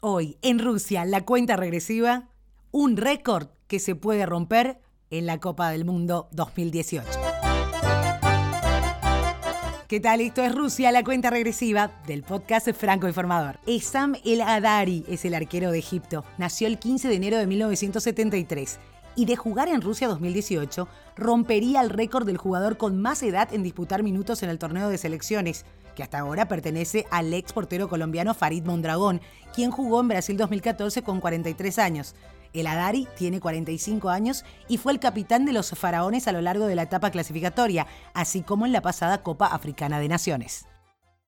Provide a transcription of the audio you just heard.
Hoy, en Rusia, la cuenta regresiva, un récord que se puede romper en la Copa del Mundo 2018. ¿Qué tal? Esto es Rusia, la cuenta regresiva del podcast Franco Informador. Essam El Hadary es el arquero de Egipto. Nació el 15 de enero de 1973 y de jugar en Rusia 2018 rompería el récord del jugador con más edad en disputar minutos en el torneo de selecciones, que hasta ahora pertenece al ex portero colombiano Farid Mondragón, quien jugó en Brasil 2014 con 43 años. El Hadary tiene 45 años y fue el capitán de los faraones a lo largo de la etapa clasificatoria, así como en la pasada Copa Africana de Naciones.